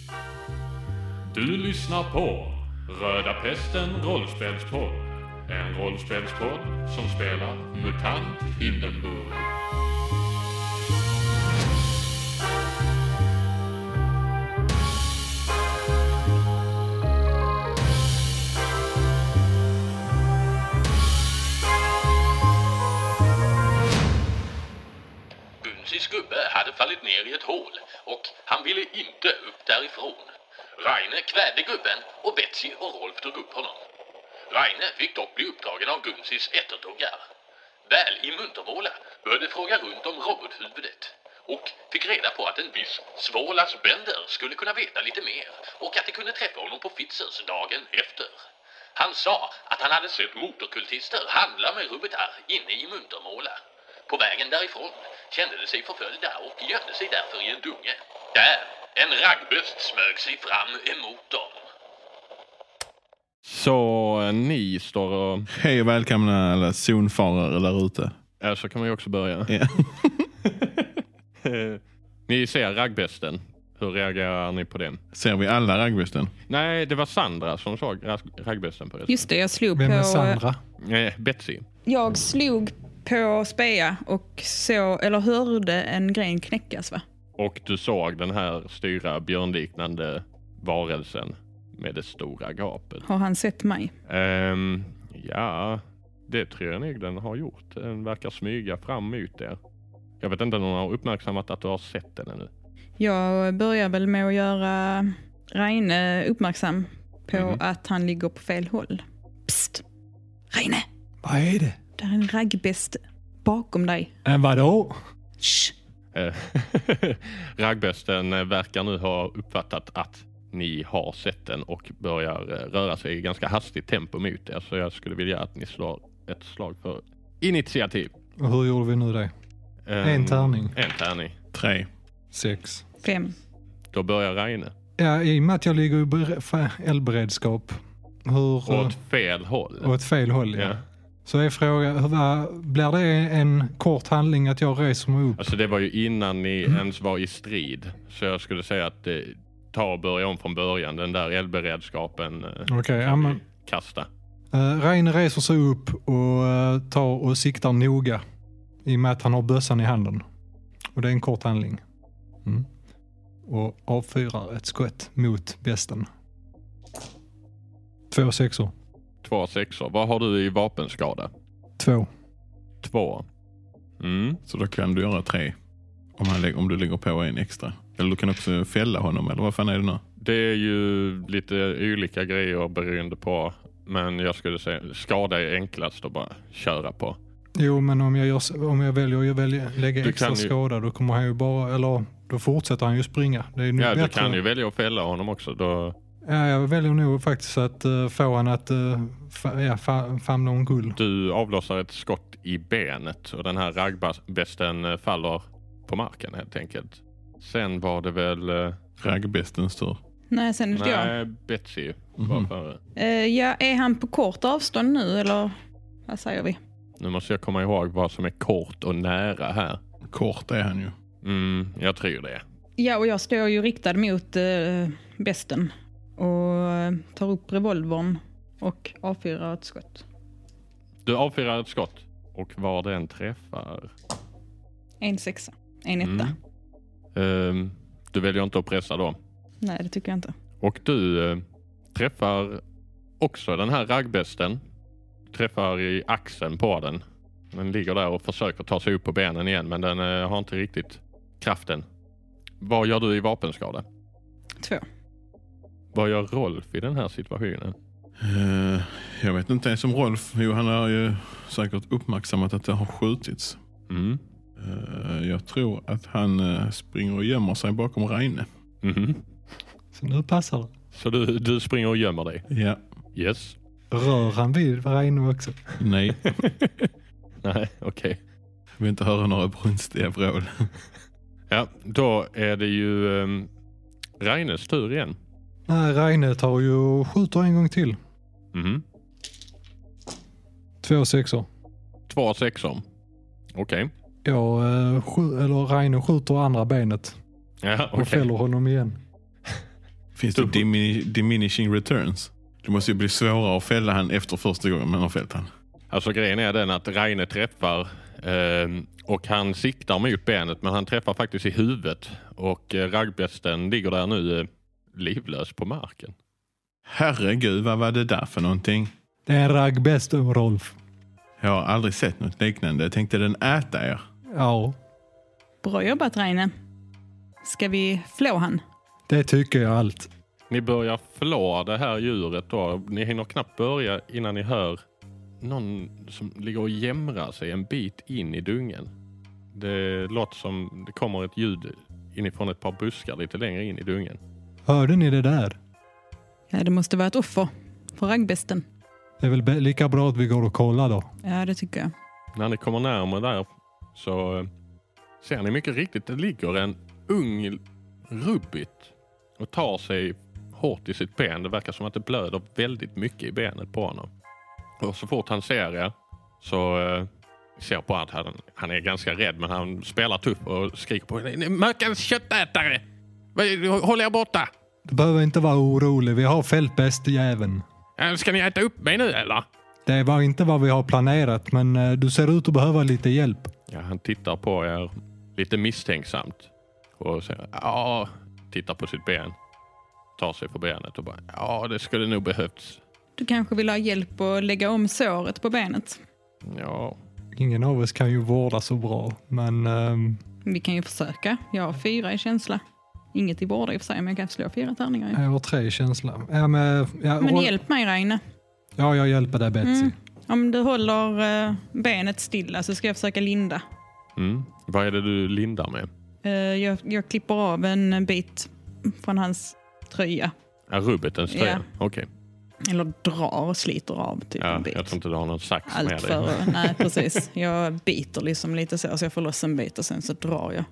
Du lyssnar på Röda Pesten rollspelspodd. En rollspelspodd som spelar MUTANT Hindenburg. Gunsis gubbe hade fallit ner i ett hål och han ville inte upp därifrån. Raine kvävde gubben och Betsy och Rolf drog upp honom. Raine fick dock bli upptagen av Gunsis ätterdoggar. Väl i Muntermåla började fråga runt om robothuvudet och fick reda på att en viss Svålas Bender skulle kunna veta lite mer och att de kunde träffa honom på Fitzers dagen efter. Han sa att han hade sett motorkultister handla med Rubitar inne i Muntermåla. På vägen därifrån kände de sig förföljda och gömde sig därför i en dunge. Där en raggböst smög sig fram emot dem. Så ni står och... Hej och välkomna alla zonfarare där ute. Ja, så kan man ju också börja. Ja. Ni ser raggbästen. Hur reagerar ni på den? Ser vi alla raggbästen? Nej, det var Sandra som såg raggbästen på det. Just det, jag slog Vem är på... Sandra? Betsy. Jag slog på Spea och hörde en gren knäckas, va? Och du såg den här styra björnliknande varelsen med det stora gapet. Har han sett mig? Ja, det tror jag nog den har gjort. Den verkar smyga fram mot er. Jag vet inte om någon har uppmärksammat att du har sett den ännu. Jag börjar väl med att göra Raine uppmärksam på att han ligger på fel håll. Psst! Raine! Vad är det? Det är en raggbäst bakom dig. Vadå? Shh! Raggbästen verkar nu ha uppfattat att ni har sett den och börjar röra sig i ganska hastigt tempo mot er. Så jag skulle vilja att ni slår ett slag för initiativ. Och hur gjorde vi nu det? En tärning. En tärning. 3. 6. 5. Då börjar Raine. Ja, i och med att jag ligger i eldberedskap. Åt fel håll. Åt fel håll, ja. Ja. Så är frågan, blir det en kort handling att jag reser mig upp? Alltså det var ju innan ni ens var i strid. Så jag skulle säga att ta och börja om från början. Den där eldberedskapen kan kasta. Raine reser sig upp och tar och siktar noga. I och med att han har bössan i handen. Och det är en kort handling. Och avfyrar ett skott mot besten. 2 sexor. 2 sexor. Vad har du i vapenskada? 2. 2. Så då kan du göra 3. Om du lägger på en extra. Eller du kan också fälla honom, eller vad fan är det nu? Det är ju lite olika grejer beroende på. Men jag skulle säga, skada är enklast att bara köra på. Jo, men om jag väljer att lägga extra skada, då kommer han ju bara, eller då fortsätter han ju springa. Det är ja, du kan ju välja att fälla honom också. Då... Ja, jag väljer nog faktiskt att få han att famla omkull. Du avlossar ett skott i benet och den här raggbästen faller på marken helt enkelt. Sen var det väl... Raggbästens tur. Nej, sen är det jag. Nej, Betsy var före. Ja, är han på kort avstånd nu, eller vad säger vi? Nu måste jag komma ihåg vad som är kort och nära här. Kort är han ju. Jag tror det. Ja, och jag står ju riktad mot besten och tar upp revolvern och avfyrar ett skott. Du avfyrar ett skott och var den träffar? 1 sexa. 1 etta. Du väljer inte att pressa då? Nej, det tycker jag inte. Och du träffar också den här raggbästen. Träffar i axeln på den. Den ligger där och försöker ta sig upp på benen igen, men den har inte riktigt kraften. Vad gör du i vapenskada? 2. Vad gör Rolf i den här situationen? Jag vet inte ens om Rolf. Jo, han har ju säkert uppmärksammat att det har skjutits. Jag tror att han springer och gömmer sig bakom Raine. Så nu passar det. Så du springer och gömmer dig? Ja. Yes. Rör han vid Raine också? Nej. Nej, okej. Jag vill inte höra några brunstiga vrål. Ja, då är det ju Raines tur igen. Nej, Raine tar ju och skjuter en gång till. 2 sexor. 2 sexor. Okej. Raine skjuter andra benet. Ja, och fäller honom igen. Finns det diminishing returns? Det måste ju bli svårare att fälla han efter första gången man har fällt han. Alltså grejen är den att Reine träffar och han siktar mot benet, men han träffar faktiskt i huvudet. Och raggbesten ligger där nu livlös på marken. Herregud, vad var det där för någonting? Det är en raggbäst, Rolf. Jag har aldrig sett något liknande. Jag tänkte den äta er. Ja, Bra jobbat, Reine. Ska vi flå han? det tycker jag allt. Ni börjar flå det här djuret då. Ni hinner knappt börja innan ni hör någon som ligger och jämrar sig en bit in i dungen. Det låter som det kommer ett ljud inifrån ett par buskar lite längre in i dungen. Hörde ni det där? Ja, det måste vara ett offer för raggbesten. Det är väl lika bra att vi går och kollar då. Ja, det tycker jag. När ni kommer närmare där så ser ni mycket riktigt det ligger en ung rubbit och tar sig hårt i sitt ben. Det verkar som att det blöder väldigt mycket i benet på honom. Och så fort han ser er så ser på att han är ganska rädd, men han spelar tuff och skriker på Mökens köttätare! Håll er borta! Du behöver inte vara orolig, vi har fällt bästjäveln. Ska ni äta upp mig nu eller? Det var inte vad vi har planerat, men du ser ut att behöva lite hjälp. Ja, han tittar på er lite misstänksamt och säger tittar på sitt ben, tar sig på benet och bara det skulle nog behövts. Du kanske vill ha hjälp att lägga om såret på benet. Ja. Ingen av oss kan ju vårda så bra, men... Vi kan ju försöka. Jag har 4 i känsla. Inget i vårda i och för sig, men jag kan slå 4 tärningar. Jag har 3 i känsla. Men hjälp mig, Reine. Ja, jag hjälper dig, Betsy. Om du håller benet stilla så ska jag försöka linda. Vad är det du lindar med? Jag klipper av en bit från hans tröja. Rubbitens tröja? Ja. Okej. Eller drar och sliter av typ en bit. Jag tror inte du har någon sax Allt med för, dig. nej, precis. Jag biter liksom lite så jag får loss en bit och sen så drar jag.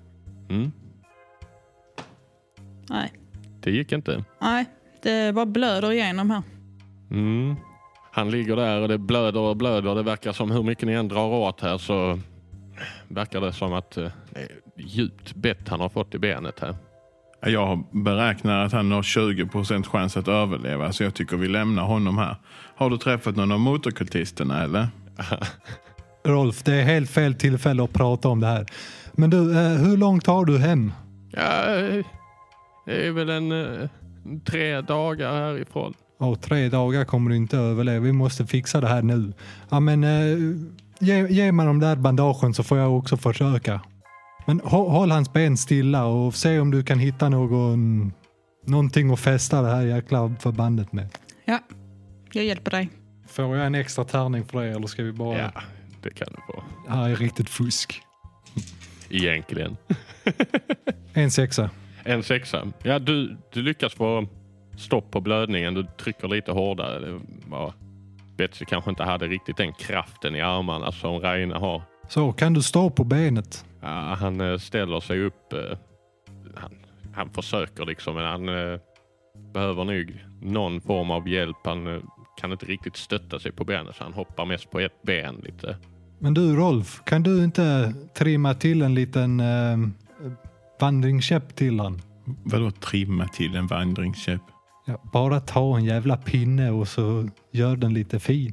Nej. Det gick inte. Nej, det bara blöder igenom här. Han ligger där och det blöder och blöder. Det verkar som hur mycket ni än drar åt här så verkar det som att det är djupt bett han har fått i benet här. Jag beräknar att han har 20% chans att överleva, så jag tycker vi lämnar honom här. Har du träffat någon av motorkultisterna eller? Rolf, det är helt fel tillfälle att prata om det här. Men du, hur långt har du hem? Ja, det är väl en 3 dagar härifrån. 3 dagar kommer du inte överleva. Vi måste fixa det här nu. Ja, men ge mig de där bandagen så får jag också försöka. Men håll hans ben stilla och se om du kan hitta någonting att fästa det här jäkla förbandet med. Ja, jag hjälper dig. Får jag en extra tärning för det eller ska vi bara... Ja, det kan du få. Det här är riktigt fusk. Egentligen. En 6. En 6. Ja, du lyckas få stopp på blödningen. Du trycker lite hårdare. Det var... Betsy kanske inte hade riktigt den kraften i armarna som Reine har. Så, kan du stå på benet? Ja, han ställer sig upp. Han försöker liksom, men han behöver nog någon form av hjälp. Han kan inte riktigt stötta sig på benet, så han hoppar mest på ett ben lite. Men du Rolf, kan du inte trimma till en liten vandringskäpp till han? Vadå trimma till en vandringskäpp? Ja, bara ta en jävla pinne och så gör den lite fin.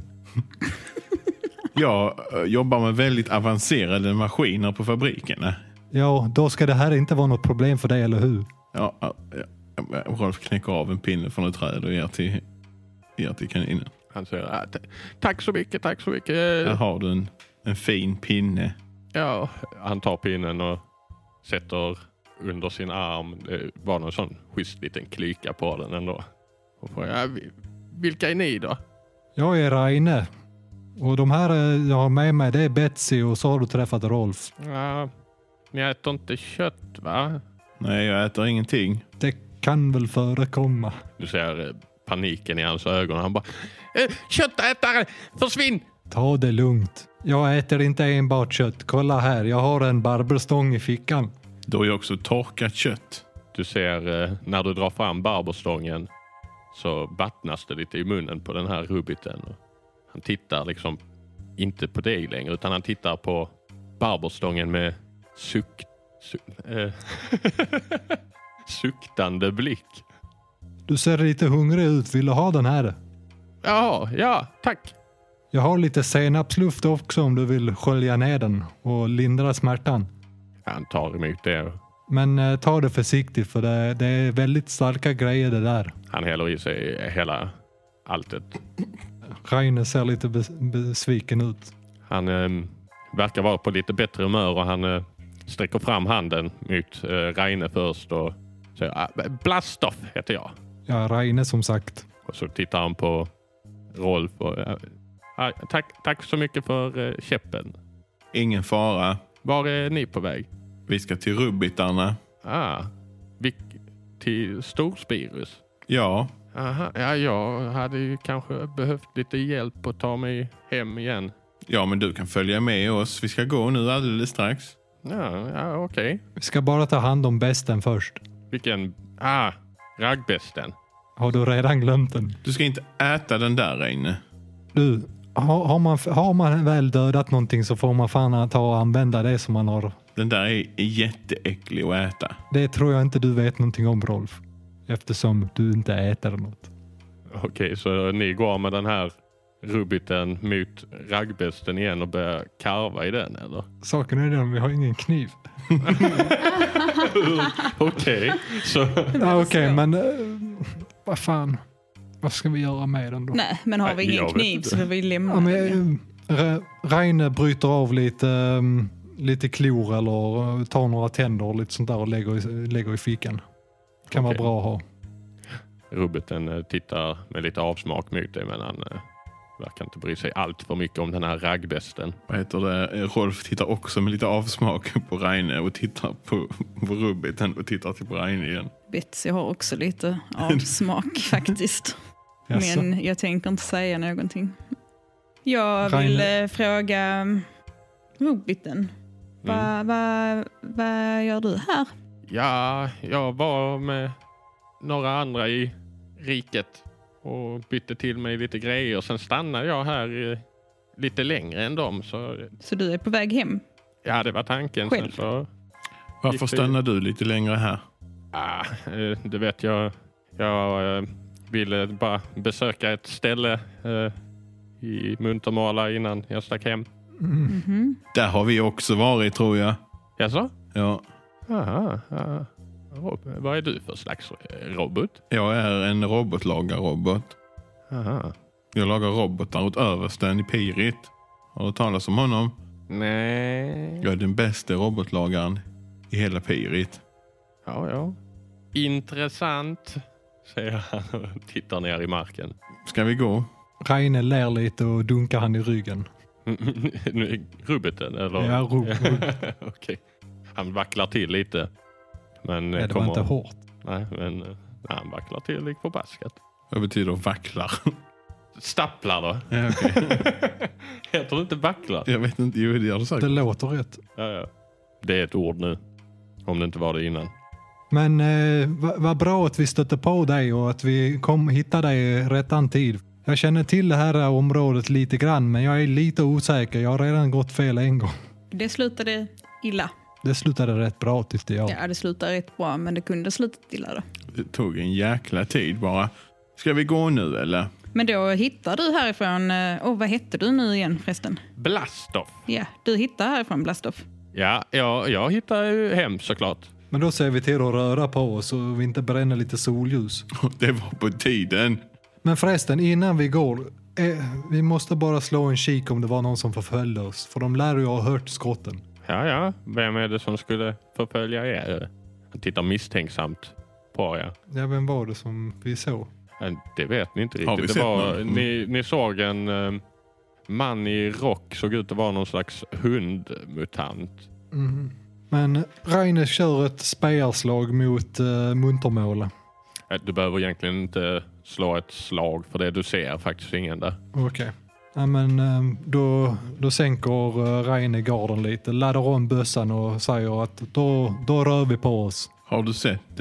Jag jobbar med väldigt avancerade maskiner på fabrikerna. Ja, då ska det här inte vara något problem för dig, eller hur? Ja. Rolf knäcker av en pinne från ett träd och ger till kaninen. Han säger, tack så mycket. Här har du en fin pinne. Ja, han tar pinnen och sätter under sin arm. Det var någon sån schysst liten klyka på den ändå. Och frågar, vilka är ni då? Jag är Reine. Och de här jag har med mig, det är Betsy och så har du träffat Rolf. Ja, ni äter inte kött, va? Nej, jag äter ingenting. Det kan väl förekomma. Du ser paniken i hans ögon. Han bara, köttätare, försvinn! Ta det lugnt. Jag äter inte enbart kött. Kolla här, jag har en barberstång i fickan. Då är också torkat kött. Du ser när du drar fram barberstången så vattnas det lite i munnen på den här rubbiten. Han tittar liksom inte på dig längre, utan han tittar på barberstången med suktande blick. Du ser lite hungrig ut. Vill du ha den här? Ja, tack. Jag har lite senapsluft också om du vill skölja ner den och lindra smärtan. Han tar emot det. Men ta det försiktigt för det är väldigt starka grejer det där. Han häller i sig hela alltet. Rainer ser lite besviken ut. Han verkar vara på lite bättre humör och han sträcker fram handen mot Rainer först och säger Blastoff heter jag. Ja, Rainer som sagt. Och så tittar han på Rolf och tack så mycket för käppen. Ingen fara. Var är ni på väg? Vi ska till Rubbitarna. Till Storspirus? Ja. Aha, ja, jag hade ju kanske behövt lite hjälp att ta mig hem igen. Ja, men du kan följa med oss. Vi ska gå nu alldeles strax. Ja, okej. Vi ska bara ta hand om besten först. Vilken? Raggbesten. Har du redan glömt den? Du ska inte äta den där inne. Du, har man väl dödat någonting så får man fan ta och använda det som man har. Den där är jätteäcklig att äta. Det tror jag inte du vet någonting om, Rolf. Eftersom du inte äter något. Okej, så ni går med den här rubbiten mot raggbesten igen och börjar karva i den, eller? Saken är den, vi har ingen kniv. Okej, så... Ja, okej, men vad fan? Vad ska vi göra med den då? Nej, men har vi ingen kniv så får vi lämna ja, men, Rainer bryter av lite klor eller tar några tänder och lite sånt där och lägger i fickan. Kan vara bra att ha. Rubbiten tittar med lite avsmak mot dig, men han verkar inte bry sig allt för mycket om den här raggbesten. Vad heter det? Rolf tittar också med lite avsmak på Rainer och tittar på Rubbiten och tittar till på Rainer igen. Betsy har också lite avsmak faktiskt. Jaså. Men jag tänker inte säga någonting. Jag vill fråga Rubbiten. Vad gör du här? Ja, jag var med några andra i riket och bytte till mig lite grejer. Sen stannade jag här lite längre än dem. Så du är på väg hem? Ja, det var tanken. Själv? Sen så Varför stannar du lite längre här? Det vet jag. Jag ville bara besöka ett ställe i Muntermåla innan jag stack hem. Mm-hmm. Där har vi också varit, tror jag. Jaså? Ja. Aha. Vad är du för slags robot? Jag är en robotlagarrobot. Aha. Jag lagar robotar åt översten i Pirit. Har du talat om honom? Nej. Jag är den bästa robotlagaren i hela Pirit. Ja. Intressant, säger han och tittar ner i marken. Ska vi gå? Rainer ler lite och dunkar han i ryggen. Rubbeten, eller? Ja, Okej. Han vacklar till lite. Men det var inte hårt. Nej, men han vacklar till lite förbaskat. Vad betyder vacklar? Stapplar då? Ja, okej. Heter det inte vacklar? Jag vet inte, jo, det har du sagt. Det låter rätt. Ja. Det är ett ord nu. Om det inte var det innan. Men vad bra att vi stötte på dig och att vi hittade dig i rättan tid. Jag känner till det här området lite grann, men jag är lite osäker. Jag har redan gått fel en gång. Det slutade illa. Det slutade rätt bra, tyckte jag. Ja, det slutade rätt bra, men det kunde slutat illa då. Det tog en jäkla tid bara. Ska vi gå nu, eller? Men då hittar du härifrån... vad hette du nu igen förresten? Blastoff. Ja, du hittar härifrån Blastoff. Ja, jag hittar ju hem såklart. Men då ser vi till att röra på oss så vi inte bränner lite solljus. Det var på tiden. Men förresten, innan vi går... vi måste bara slå en kik om det var någon som förföljde oss. För de lär ju ha hört skotten. Ja. Vem är det som skulle förfölja er? Han tittar misstänksamt på er. Ja, vem var det som vi såg? Det vet ni inte Har vi riktigt. sett Det var, någon? ni såg en man i rock, såg ut att vara någon slags hundmutant. Mm. Men Rainer kör ett spejarslag mot Muntermåla. Du behöver egentligen inte slå ett slag för det, du ser faktiskt ingen där. Okej. Ja, men då sänker Rainer garden lite, laddar om bössan och säger att då rör vi på oss. Har du sett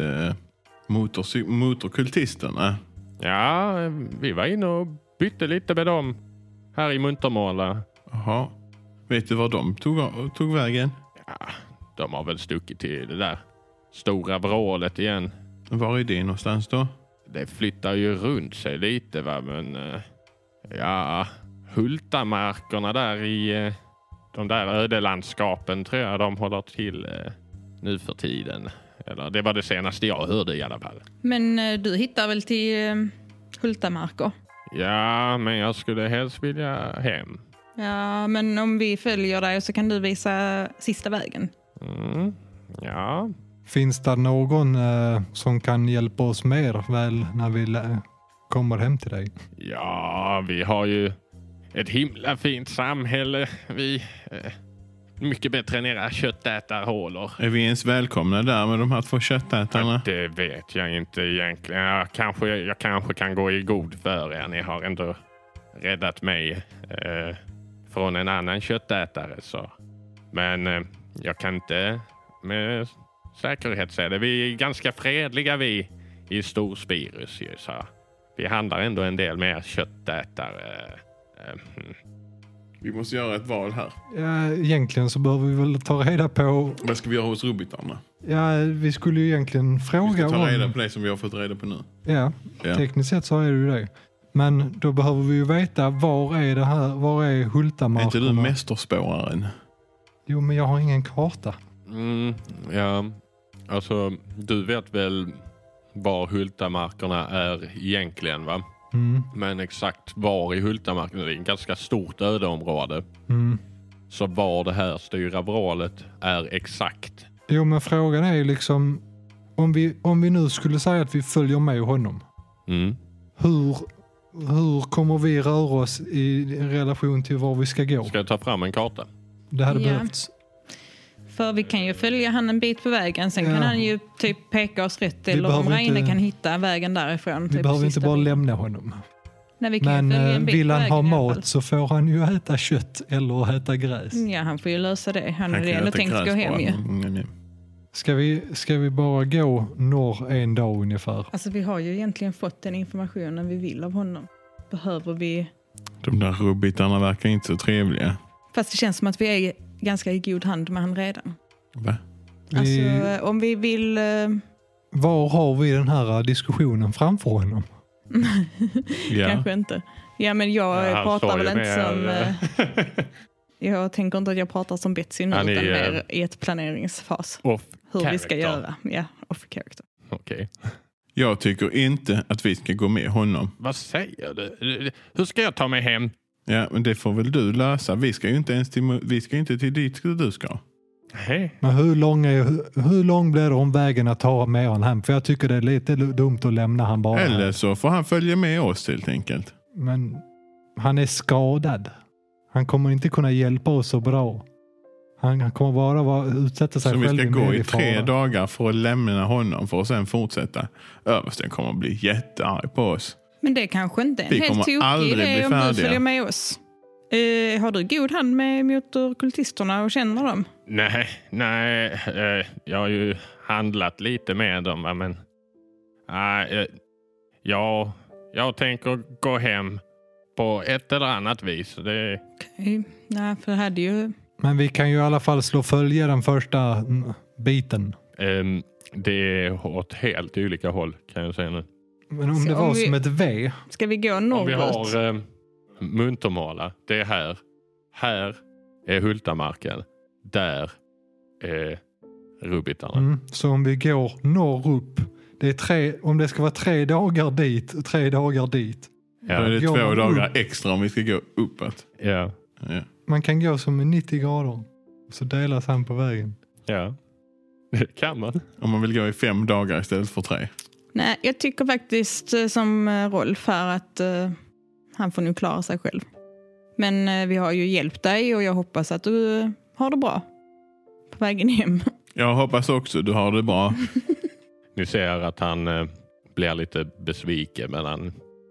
motorkultisterna? Ja, vi var inne och bytte lite med dem här i Muntermåla. Jaha. Vet du var de tog vägen? Ja, de har väl stuckit till det där stora vrålet igen. Var är det någonstans då? det flyttar ju runt sig lite, va? Men ja, Hultamarkerna där i de där ödelandskapen tror jag de håller till nu för tiden. Eller det var det senaste jag hörde i alla fall. Men du hittar väl till Hultamarker? Ja, men jag skulle helst vilja hem. Ja, men om vi följer dig så kan du visa sista vägen. Ja. Finns det någon som kan hjälpa oss mer väl när vi kommer hem till dig? Ja, vi har ju ett himla fint samhälle. Vi mycket bättre än era köttätarhålor. Är vi ens välkomna där med de här 2 köttätarna? Ja, det vet jag inte egentligen. Jag kanske kan gå i god för er. Ni har ändå räddat mig från en annan köttätare. Så. Men jag kan inte med säkerhet säga det. Vi är ganska fredliga vi i Storspirus. Så vi handlar ändå en del mer köttätare. Vi måste göra ett val här. Ja, egentligen så behöver vi väl ta reda på... Vad ska vi göra hos Rubitarna? Ja, vi skulle ju egentligen fråga om... Vi ska ta reda på det som vi har fått reda på nu. Ja, tekniskt sett så är det ju det. Men då behöver vi ju veta var är Hultamarkerna? Är inte du mästerspåraren? Jo, men jag har ingen karta. Ja, alltså du vet väl var Hultamarkerna är egentligen, va? Men exakt var i Hultamarkerna, det är en ganska stort ödeområde. Så var det här styra vrålet är exakt. Jo, men frågan är ju liksom om vi nu skulle säga att vi följer med honom. Hur kommer vi röra oss i relation till var vi ska gå? Ska jag ta fram en karta? Det hade behövts. För vi kan ju följa han en bit på vägen. Sen kan han ju typ peka oss rätt. Eller om Reine kan hitta vägen därifrån. Vi behöver inte bara lämna honom. Nej, vi kan men vill han ha mat så får han ju äta kött eller äta gräs. Ja, han får ju lösa det. Han hade ändå tänkt gå hem ju. Ska vi bara gå norr en dag ungefär? Alltså vi har ju egentligen fått den informationen vi vill av honom. Behöver vi... De där rubbitarna verkar inte så trevliga. Fast det känns som att vi är ganska i god hand med han redan. Va? Alltså om vi vill... Var har vi den här diskussionen framför honom? Kanske inte. Ja, men jag pratar väl inte som... Jag tänker inte att jag pratar som Betsy nu, utan mer i ett planeringsfas. Hur vi ska göra. Ja, off character. Okej. Jag tycker inte att vi ska gå med honom. Vad säger du? Hur ska jag ta mig hem? Ja, men det får väl du lösa. Vi ska ju inte ens till dit du ska. Hej. Men hur lång blir det om vägen att ta med honom hem? För jag tycker det är lite dumt att lämna han bara. Eller så får han följa med oss helt enkelt. Men han är skadad. Han kommer inte kunna hjälpa oss så bra. Han kommer bara utsätta sig själv. Så vi ska gå i 3 dagar för att lämna honom för att sen fortsätta. Översten kommer att bli jättearg på oss. Men det kanske inte är en helt tokig idé om du följer med oss. Har du god hand med motorkultisterna och känner dem? Nej. Jag har ju handlat lite med dem. Men jag tänker gå hem på ett eller annat vis. Okej. Nej, för det hade ju... Men vi kan ju i alla fall slå följe den första biten. Det är åt helt olika håll kan jag säga nu. Men om det var som ett V. Ska vi gå norrut? Om vi har Muntermala, det är här. Här är Hultamarken. Där är Rubitarna. Så om vi går norr upp. Det är om det ska vara 3 dagar dit och 3 dagar dit. Ja. Då är det 2 dagar extra om vi ska gå uppåt. Ja. Man kan gå som 90 grader. Så delas han på vägen. Ja, det kan man. Om man vill gå i 5 dagar istället för 3. Nej, jag tycker faktiskt som Rolf här att han får nu klara sig själv. Men vi har ju hjälpt dig och jag hoppas att du har det bra på vägen hem. Jag hoppas också du har det bra. Ni ser att han blir lite besviken, men han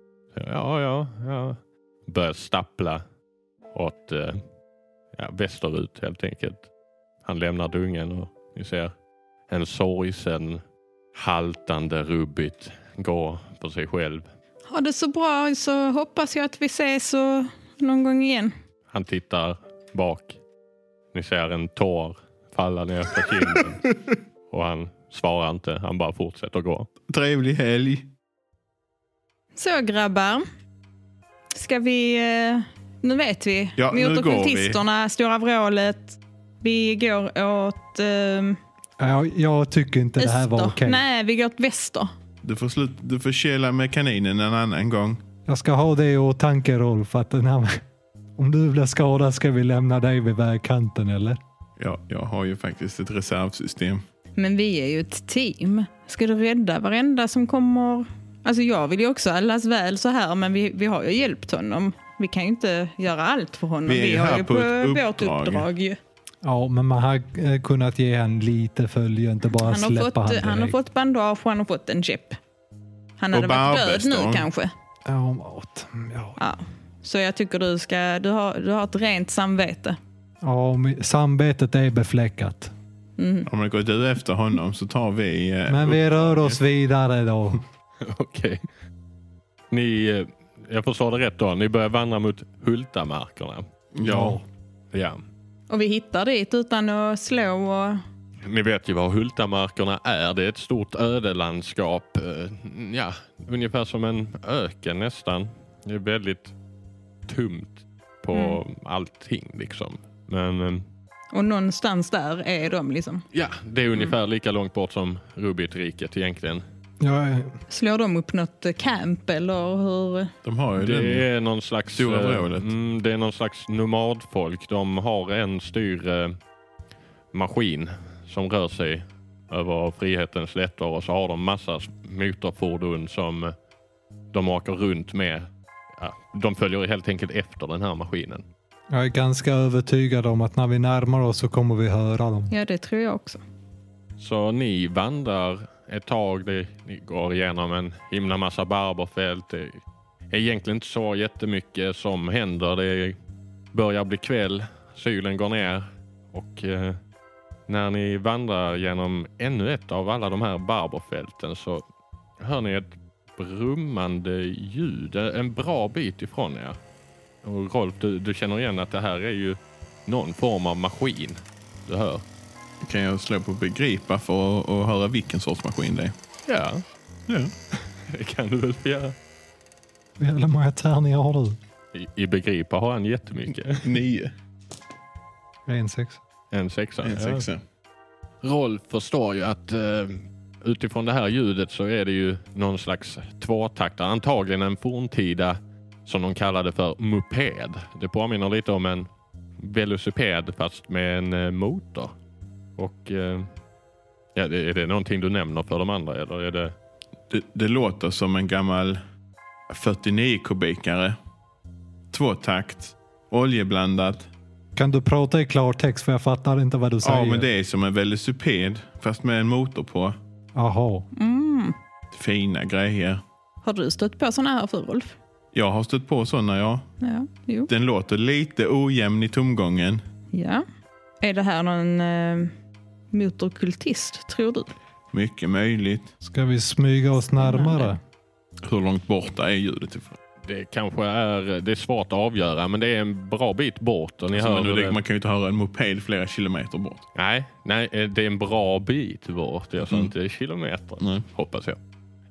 börjar stappla åt västerut helt enkelt. Han lämnar dungen och ni ser en sorgsen, haltande rubbit gå på sig själv. Ha det så bra, så hoppas jag att vi ses någon gång igen. Han tittar bak. Ni ser en tår falla ner på kinden. Och han svarar inte, han bara fortsätter gå. Trevlig helg. Så grabbar. Ska vi... Nu vet vi. Ja, mot ockultisterna, Stora vrålet. Vi går åt... jag tycker inte öster. Det här var okej. Nej, vi går åt väster. Du får källa med kaninen en annan gång. Jag ska ha det och tanke, Rolf, att om du blir skadad ska vi lämna dig vid vägkanten, eller? Ja, jag har ju faktiskt ett reservsystem. Men vi är ju ett team. Ska du rädda varenda som kommer... Alltså jag vill ju också allas väl så här, men vi har ju hjälpt honom. Vi kan ju inte göra allt för honom. Vi har ju på vårt uppdrag ju. Ja, men man har kunnat ge han lite följe, inte bara släppa han direkt. Han har fått bandage och han har fått en chip. Han hade varit död nu kanske. Ja. Så jag tycker du har ett rent samvete. Ja, samvetet är befläckat. Mm. Om det går du efter honom så tar vi... Men vi rör oss vidare då. Okej. Jag förstår det rätt då. Ni börjar vandra mot Hultamarkerna. Ja. Och vi hittar dit utan att slå och... Ni vet ju vad Hultamarkerna är. Det är ett stort ödelandskap. Ja, ungefär som en öken nästan. Det är väldigt tomt på allting liksom. Men... Och någonstans där är de liksom. Ja, det är ungefär lika långt bort som Rubitriket egentligen. Ja. Slår de upp något camp eller hur? De har ju det är någon slags Stora vrålet. Det är någon slags nomadfolk. De har en maskin som rör sig över frihetens slätter och så har de massa motorfordon som de åker runt med. Ja, de följer helt enkelt efter den här maskinen. Jag är ganska övertygad om att när vi närmar oss så kommer vi höra dem. Ja, det tror jag också. Så ni vandrar ett tag. Ni går igenom en himla massa barberfält. Det är egentligen inte så jättemycket som händer. Det börjar bli kväll. Solen går ner. Och när ni vandrar genom ännu ett av alla de här barberfälten så hör ni ett brummande ljud. En bra bit ifrån er. Och Rolf, du känner igen att det här är ju någon form av maskin du hör. Kan jag slå på begripa för att höra vilken sorts maskin det är? Ja. Det kan du väl göra. Hur många tärningar har du? I begripa har han jättemycket. 9. En 6. En 6. En 6. Ja. Rolf förstår ju att utifrån det här ljudet så är det ju någon slags tvåtaktare. Antagligen en forntida som de kallade för moped. Det påminner lite om en velociped fast med en motor. Och är det någonting du nämner för de andra eller är det... Det låter som en gammal 49 kubikare. Tvåtakt. Oljeblandat. Kan du prata i klartext för jag fattar inte vad du säger. Ja, men det är som en velociped fast med en motor på. Jaha. Fina grejer. Har du stött på såna här för Rolf? Jag har stött på såna, ja. Jo. Den låter lite ojämn i tomgången. Ja. Är det här någon motorkultist, tror du? Mycket möjligt. Ska vi smyga oss närmare? Hur långt borta är ljudet ifrån? Det kanske det är svårt att avgöra, men det är en bra bit bort. Och ni hör man kan ju inte höra en moped flera kilometer bort. Nej, det är en bra bit bort. Jag sa inte kilometer, hoppas jag.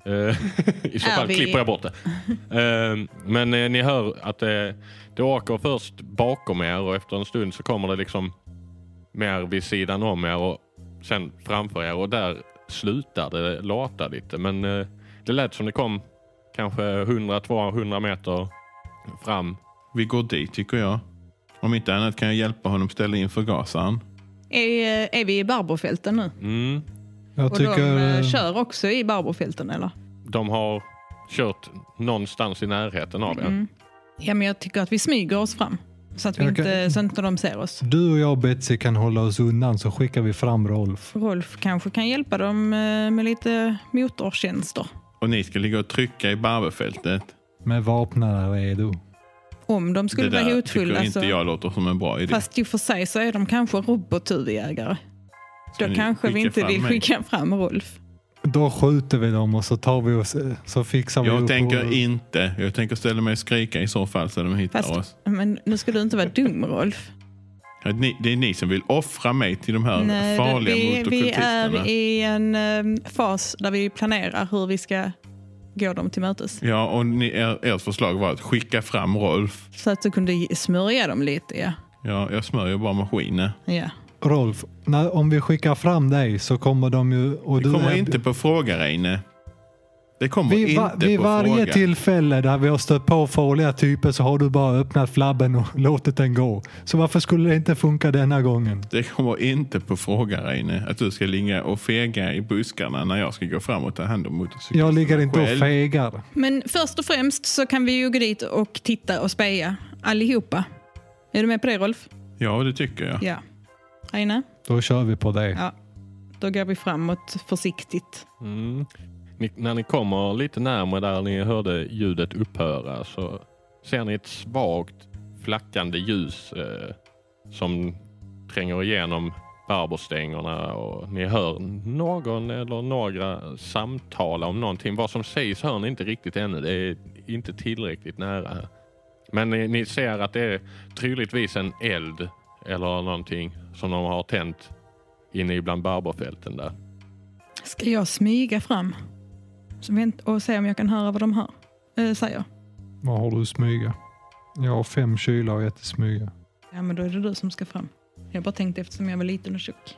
I så fall klipper jag bort det. Men ni hör att det åker först bakom er och efter en stund så kommer det liksom mer vid sidan om er och sen framför er och där slutar det låta lite. Men det lät som det kom kanske 100-200 meter fram. Vi går dit tycker jag. Om inte annat kan jag hjälpa honom ställa in förgasaren. Är vi i barberfälten nu? Jag tycker... Och de kör också i barberfälten, eller? De har kört någonstans i närheten av er. Ja, men jag tycker att vi smyger oss fram. Så att så inte de ser oss. Du och jag och Betsy kan hålla oss undan så skickar vi fram Rolf. Rolf kanske kan hjälpa dem med lite motortjänster. Och ni ska ligga och trycka i barberfältet. Med vapnen redo. Om de skulle vara hotfulla tycker inte jag låter som en bra idé. Fast i och för sig så är de kanske robothuvudjägare. Då kanske vi inte vill skicka fram Rolf. Då skjuter vi dem och så tar vi oss, så fixar vi upp. Jag tänker ställa mig och skrika i så fall så de hittar oss. Men nu ska du inte vara dum, Rolf. Det är ni som vill offra mig till de här farliga motorkultisterna. Vi är i en fas där vi planerar hur vi ska gå dem till mötes. Ja, och ert förslag var att skicka fram Rolf. Så att du kunde smörja dem lite, ja. Ja, jag smörjer bara maskinen. Ja. Rolf, om vi skickar fram dig så kommer de ju... Och det kommer inte på fråga, Reine. Det kommer inte på fråga. Vid varje tillfälle där vi har stött på farliga typer så har du bara öppnat flabben och låtit den gå. Så varför skulle det inte funka denna gången? Det kommer inte på fråga, Reine, att du ska ligga och fega i buskarna när jag ska gå fram och ta hand om motorcykeln. Jag ligger inte och fegar. Men först och främst så kan vi ju gå dit och titta och speja allihopa. Är du med på det, Rolf? Ja, det tycker jag. Ja. Reine? Då kör vi på det. Ja. Då går vi framåt försiktigt. När ni kommer lite närmare där ni hörde ljudet upphöra så ser ni ett svagt flackande ljus som tränger igenom barberstängerna och ni hör någon eller några samtala om någonting. Vad som sägs hör ni inte riktigt ännu. Det är inte tillräckligt nära här. Men ni ser att det är troligtvis en eld eller någonting som de har tänt inne bland barberfälten där. Ska jag smyga fram och se om jag kan höra vad de hör? Säger. Vad har du smyga? Jag har 5 kylar och 1 smyga. Ja, men då är det du som ska fram. Jag bara tänkte eftersom jag var liten och tjock.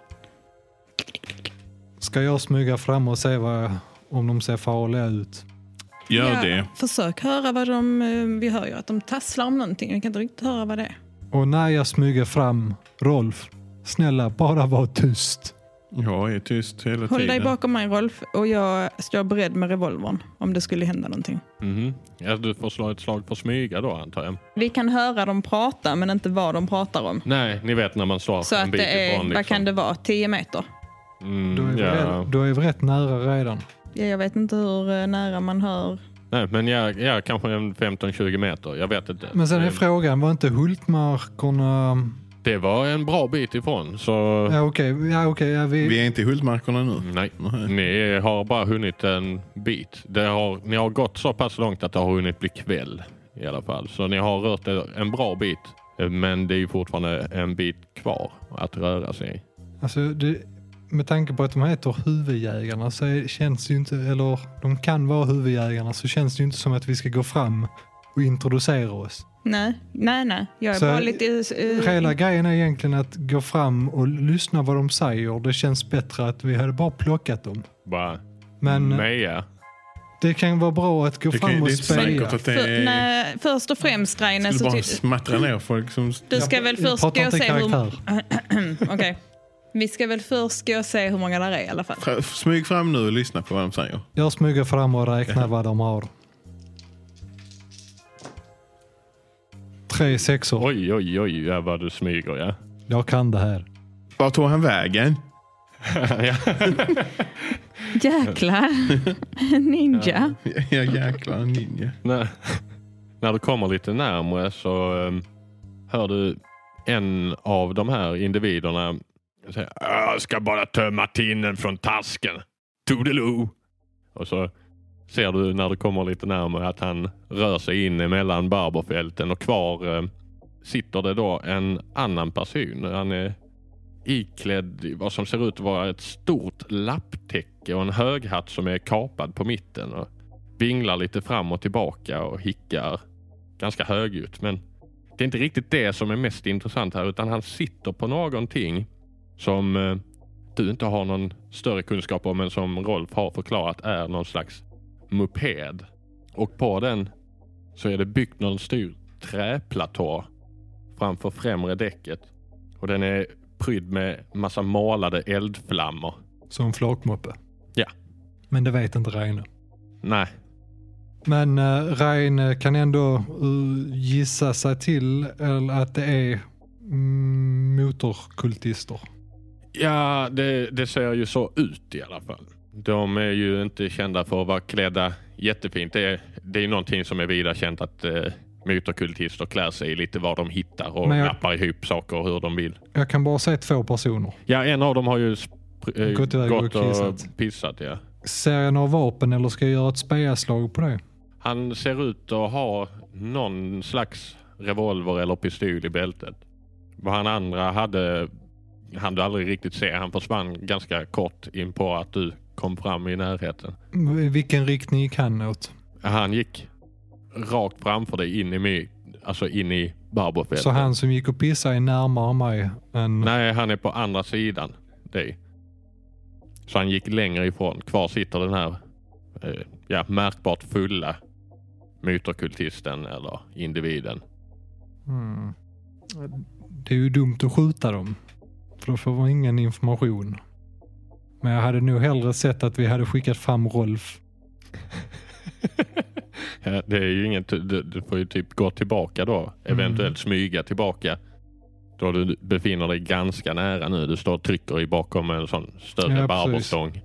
Ska jag smyga fram och se om de ser farliga ut? Gör det. Försök höra vad vi hör ju att de tasslar om någonting. Jag kan inte riktigt höra vad det är. Och när jag smyger fram, Rolf, snälla bara var tyst. Jag är tyst hela tiden. Håll dig bakom mig, Rolf, och jag står beredd med revolvern om det skulle hända någonting. Ja, du får slå ett slag på smyga då, antar jag. Vi kan höra dem prata, men inte vad de pratar om. Nej, ni vet när man står så en bit ifrån. Liksom. Vad kan det vara? 10 meter? Då är vi rätt nära redan. Ja, jag vet inte hur nära man hör. Nej, men jag kanske 15-20 meter. Jag vet inte. Men sen är frågan, var inte Hultmarkerna... Det var en bra bit ifrån. Så... Ja, okej. Vi är inte i Hultmarkerna nu. Nej, ni har bara hunnit en bit. Ni har gått så pass långt att det har hunnit bli kväll i alla fall. Så ni har rört en bra bit. Men det är ju fortfarande en bit kvar att röra sig. Alltså, med tanke på att de heter huvudjägarna så känns det ju inte, eller de kan vara huvudjägarna, så känns det ju inte som att vi ska gå fram och introducera oss. Nej. Jag är så bara lite... Hela grejen är egentligen att gå fram och lyssna vad de säger. Det känns bättre att vi hade bara plockat dem. Men Meja. det kan vara bra att gå fram och speja. Först och främst, Reine, så bara smattra ner folk som... Du ska väl först gå och se hur... Okej. Vi ska väl först gå och se hur många där är i alla fall. Smyg fram nu och lyssna på vad de säger. Jag smyger fram och räknar vad de har. 3 sexor. Oj, vad du smyger, ja. Jag kan det här. Var tog han vägen? Jäklar. Ninja. Ja, jäklar ninja. När du kommer lite närmare så hör du en av de här individerna säga: jag ska bara tömma tinnen från tasken. Toodaloo. Och så ser du när du kommer lite närmare att han rör sig in emellan barberfälten och kvar sitter det då en annan person. Han är iklädd i vad som ser ut att vara ett stort lapptäcke och en höghatt som är kapad på mitten och vinglar lite fram och tillbaka och hickar ganska högljutt. Men det är inte riktigt det som är mest intressant här, utan han sitter på någonting som du inte har någon större kunskap om, men som Rolf har förklarat är någon slags moped. Och på den så är det byggt någon stor träplatå framför främre däcket. Och den är prydd med massa målade eldflammor. Som flakmoppe? Ja. Men det vet inte Reine. Nej. Men Reine kan ändå gissa sig till att det är motorkultister. Ja, det ser ju så ut i alla fall. De är ju inte kända för att vara klädda jättefint. Det är någonting som är vida känt att motorkultister klär sig i lite vad de hittar och lappar ihop saker hur de vill. Jag kan bara se 2 personer. Ja, en av dem har ju gått och pissat. Ja. Ser jag några vapen eller ska jag göra ett spejaslag på det? Han ser ut att ha någon slags revolver eller pistol i bältet. Vad han andra hade han aldrig riktigt se. Han försvann ganska kort in på att du kom fram i närheten. Vilken riktning gick han åt? Han gick rakt framför dig in i barberfältet. Så han som gick och pissade är närmare mig än... Nej, han är på andra sidan dig. Så han gick längre ifrån. Kvar sitter den här märkbart fulla myterkultisten eller individen. Det är ju dumt att skjuta dem. För då får man ingen information. Men jag hade nog hellre sett att vi hade skickat fram Rolf. Ja, det är ju inget, du får ju typ gå tillbaka då. Eventuellt smyga tillbaka. Då du befinner dig ganska nära nu. Du står och trycker bakom en sån större barberstång.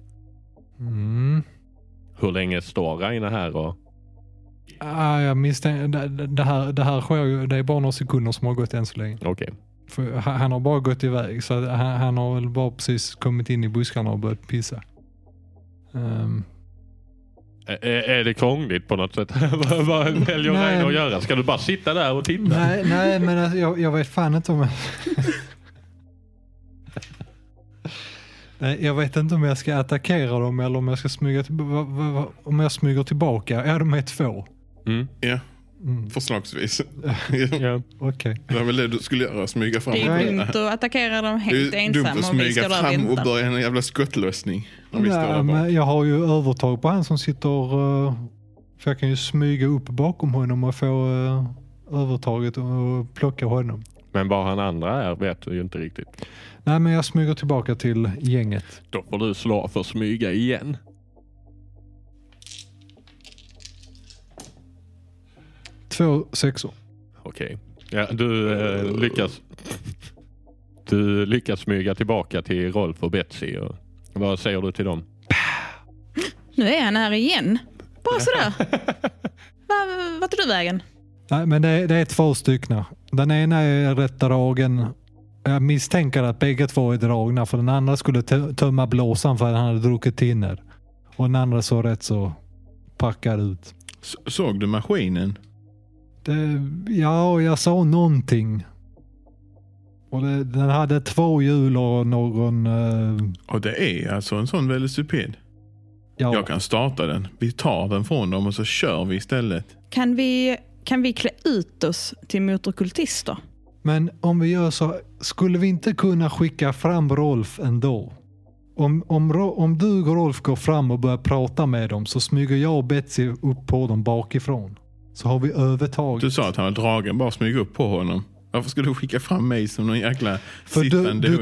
Hur länge står Raine här och... Jag misstänker det här sker ju, det är bara några sekunder som har gått än så länge. Okej. För han har bara gått iväg, så han har väl bara precis kommit in i buskarna och börjat pissa. Är det krångligt på något sätt? Vad väljer Raine att göra? Ska du bara sitta där och titta? Nej, men alltså, jag vet fan inte om jag vet inte om jag ska attackera dem eller om jag ska smyga om jag smyger tillbaka. Ja, de är 2. Ja, förslagsvis. Ja. Okej. Det var väl det du skulle göra, smyga fram. Det är dumt att attackera dem helt ensamma. Det är dumt att smyga fram och börja en jävla skottlösning. Men jag har ju övertag på han som sitter... För jag kan ju smyga upp bakom honom och få övertaget och plocka honom. Men var han andra är vet du ju inte riktigt. Nej, men jag smyger tillbaka till gänget. Då får du slå för smyga igen. 2 6. Okej. Ja, du lyckas smyga tillbaka till Rolf och Betsy. Och vad säger du till dem? Nu är han här igen. Bara sådär. Vad tar du vägen? Nej, men det är 2 stycken. Den ena är rätt dragen. Jag misstänker att bägge 2 är dragna. För den andra skulle tömma blåsan för att han hade druckit tinner. Och den andra så rätt så packad ut. Såg du maskinen? Ja, jag sa någonting. Och den hade 2 hjul och någon... Och det är alltså en sån velociped. Ja. Jag kan starta den. Vi tar den från dem och så kör vi istället. Kan vi klä ut oss till motorkultister? Men om vi gör så, skulle vi inte kunna skicka fram Rolf ändå? Om du och Rolf går fram och börjar prata med dem så smyger jag och Betsy upp på dem bakifrån. Så har vi övertaget. Du sa att han var dragen, bara smyga upp på honom. Varför ska du skicka fram mig som någon jäkla för sittande du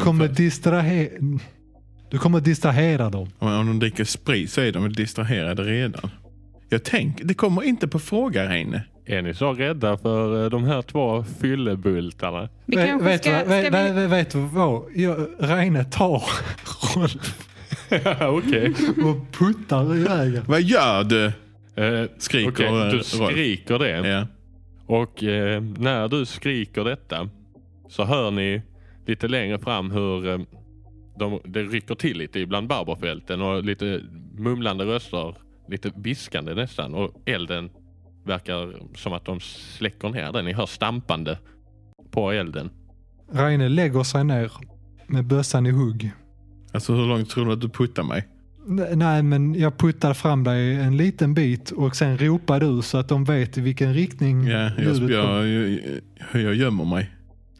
kommer distrahera dem. Om de dricker sprit så är de distraherade redan. Jag tänker, det kommer inte på fråga, Raine. Är ni så rädda för de här 2 fyllebultarna? Vet du vad? Raine tar Rolf. Okej. Och puttar i vägen. Vad gör du? Skriker okay, du skriker det. Ja. Och när du skriker detta så hör ni lite längre fram hur det rycker till lite ibland barberfälten och lite mumlande röster, lite viskande nästan, och elden verkar som att de släcker ner den. Ni hör stampande på elden. Raine lägger sig ner med bössan i hugg. Alltså hur långt tror du att du puttar mig? Nej, men jag puttar fram dig en liten bit och sen ropar du så att de vet i vilken riktning. Ja, jag gömmer mig.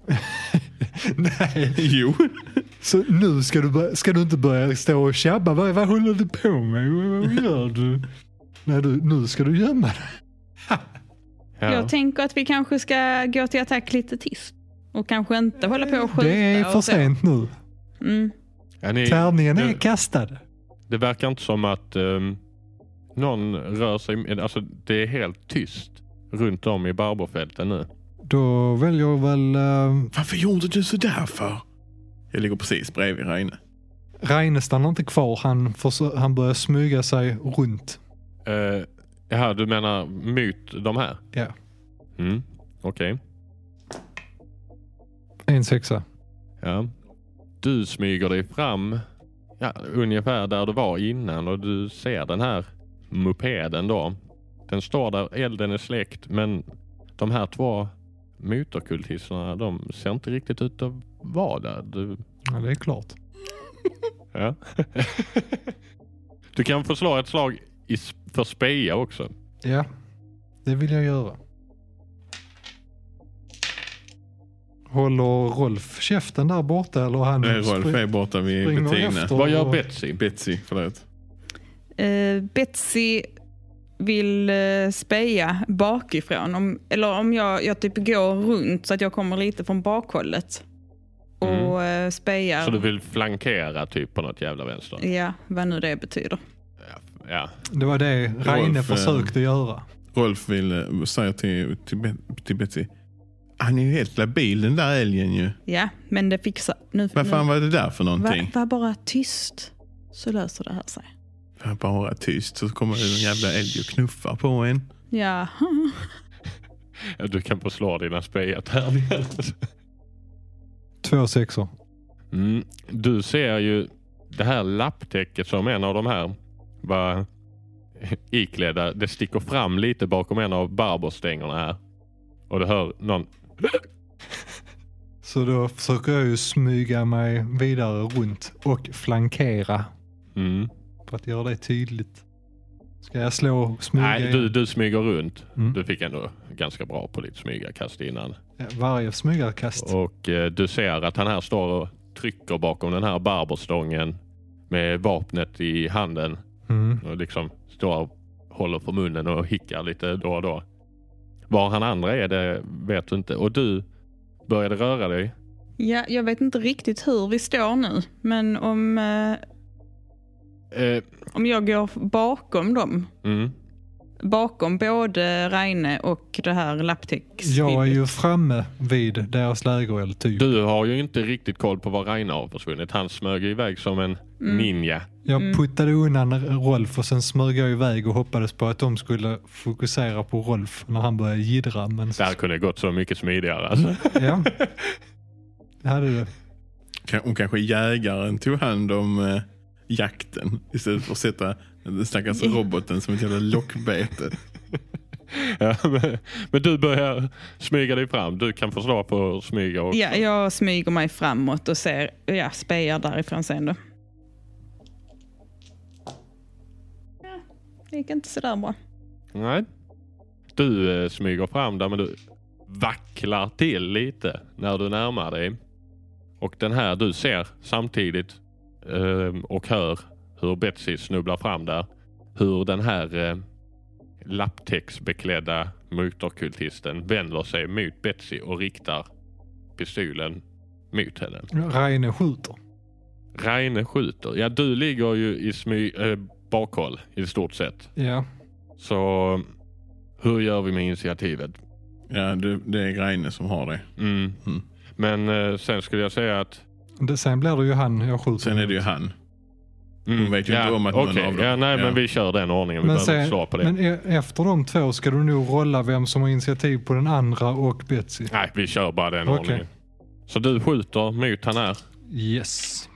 Nej. Jo. Så nu ska du inte börja stå och tjabba. Vad håller du på med? Vad gör du? Nej, nu ska du gömma dig. Ja. Jag tänker att vi kanske ska gå till attack lite tyst. Och kanske inte hålla på och skjuta. Det är för sent nu. Tärningen är kastad. Det verkar inte som att någon rör sig. Alltså det är helt tyst runt om i barberfälten nu. Då väljer jag väl... Varför gjorde du så där för? Jag ligger precis bredvid Raine. Raine stannar inte kvar. Han börjar smyga sig runt. Ja, du menar mot de här? Ja. Okej. 1 6. Ja. Du smyger dig fram ungefär där du var innan och du ser den här mopeden då. Den står där, elden är släckt, men de här 2 motorkultisterna, de ser inte riktigt ut att vara där. Ja, det är klart. Ja. Du kan få slå ett slag för speja också. Ja, det vill jag göra. Håller Rolf käften där borta? Eller han Rolf är borta vid Bettina. Vad gör Betsy? Betsy, förlåt. Betsy vill speja bakifrån. Om jag typ går runt så att jag kommer lite från bakhållet. Och spejar. Så du vill flankera typ på något jävla vänster? Ja, vad nu det betyder. Ja. Det var det Reine försökte göra. Rolf vill säga till Betsy. Han är ju helt labil, den där älgen ju. Ja, men det fixar... Vad fan var det där för någonting? Var bara tyst, så löser det här sig. Var bara tyst, så kommer det en jävla älg och knuffar på en. Ja. Du kan få slå dina spejatärningar. 2 sexor. Du ser ju det här lapptäcket som en av de här var iklädda. Det sticker fram lite bakom en av barberstängerna här. Och du hör någon... Så då försöker jag ju smyga mig vidare runt och flankera. För att göra det tydligt. Ska jag smyga? Nej, du smyger runt. Du fick ändå ganska bra på ditt smygarkast innan. Ja, varje smygarkast. Och du ser att han här står och trycker bakom den här barberstången med vapnet i handen. Och liksom står och håller för munnen och hickar lite då och då. Var han andra är det vet du inte. Och du började röra dig. Ja, jag vet inte riktigt hur vi står nu. Men om jag går bakom dem. Bakom både Reine och det här lapptäcks. Jag är ju framme vid deras lägereld typ. Du har ju inte riktigt koll på vad Reine har försvunnit. Han smög iväg som en ninja. Jag puttade undan Rolf och sen smög jag iväg och hoppades på att de skulle fokusera på Rolf när han började jiddra. Men det här kunde gått så mycket smidigare. Alltså. Ja, det hade det. Och kanske jägaren tog hand om jakten istället för att sätta den stackars roboten som ett jävla lockbete. Ja, men du börjar smyga dig fram. Du kan förstå på smyga också. Ja, jag smyger mig framåt och spejar därifrån sen då. Ja, det gick inte så där bra. Nej. Du smyger fram där men du vacklar till lite när du närmar dig. Och den här du ser samtidigt och hör hur Betsy snubblar fram där. Hur den här lapptäcksbeklädda mutorkultisten vänder sig mot Betsy och riktar pistolen mot henne. Reine skjuter. Ja, du ligger ju i bakhåll i stort sett. Ja. Så hur gör vi med initiativet? Ja, det är Reine som har det. Men sen skulle jag säga att... Sen blir det ju han jag skjuter. Sen är det ju han. Hon vet ju inte om att någon av dem... men vi kör den ordningen. Vi behöver slå på det. Men efter de två ska du nog rolla vem som har initiativ på den andra och Betsy. Nej, vi kör bara den ordningen. Så du skjuter mot han här. Yes.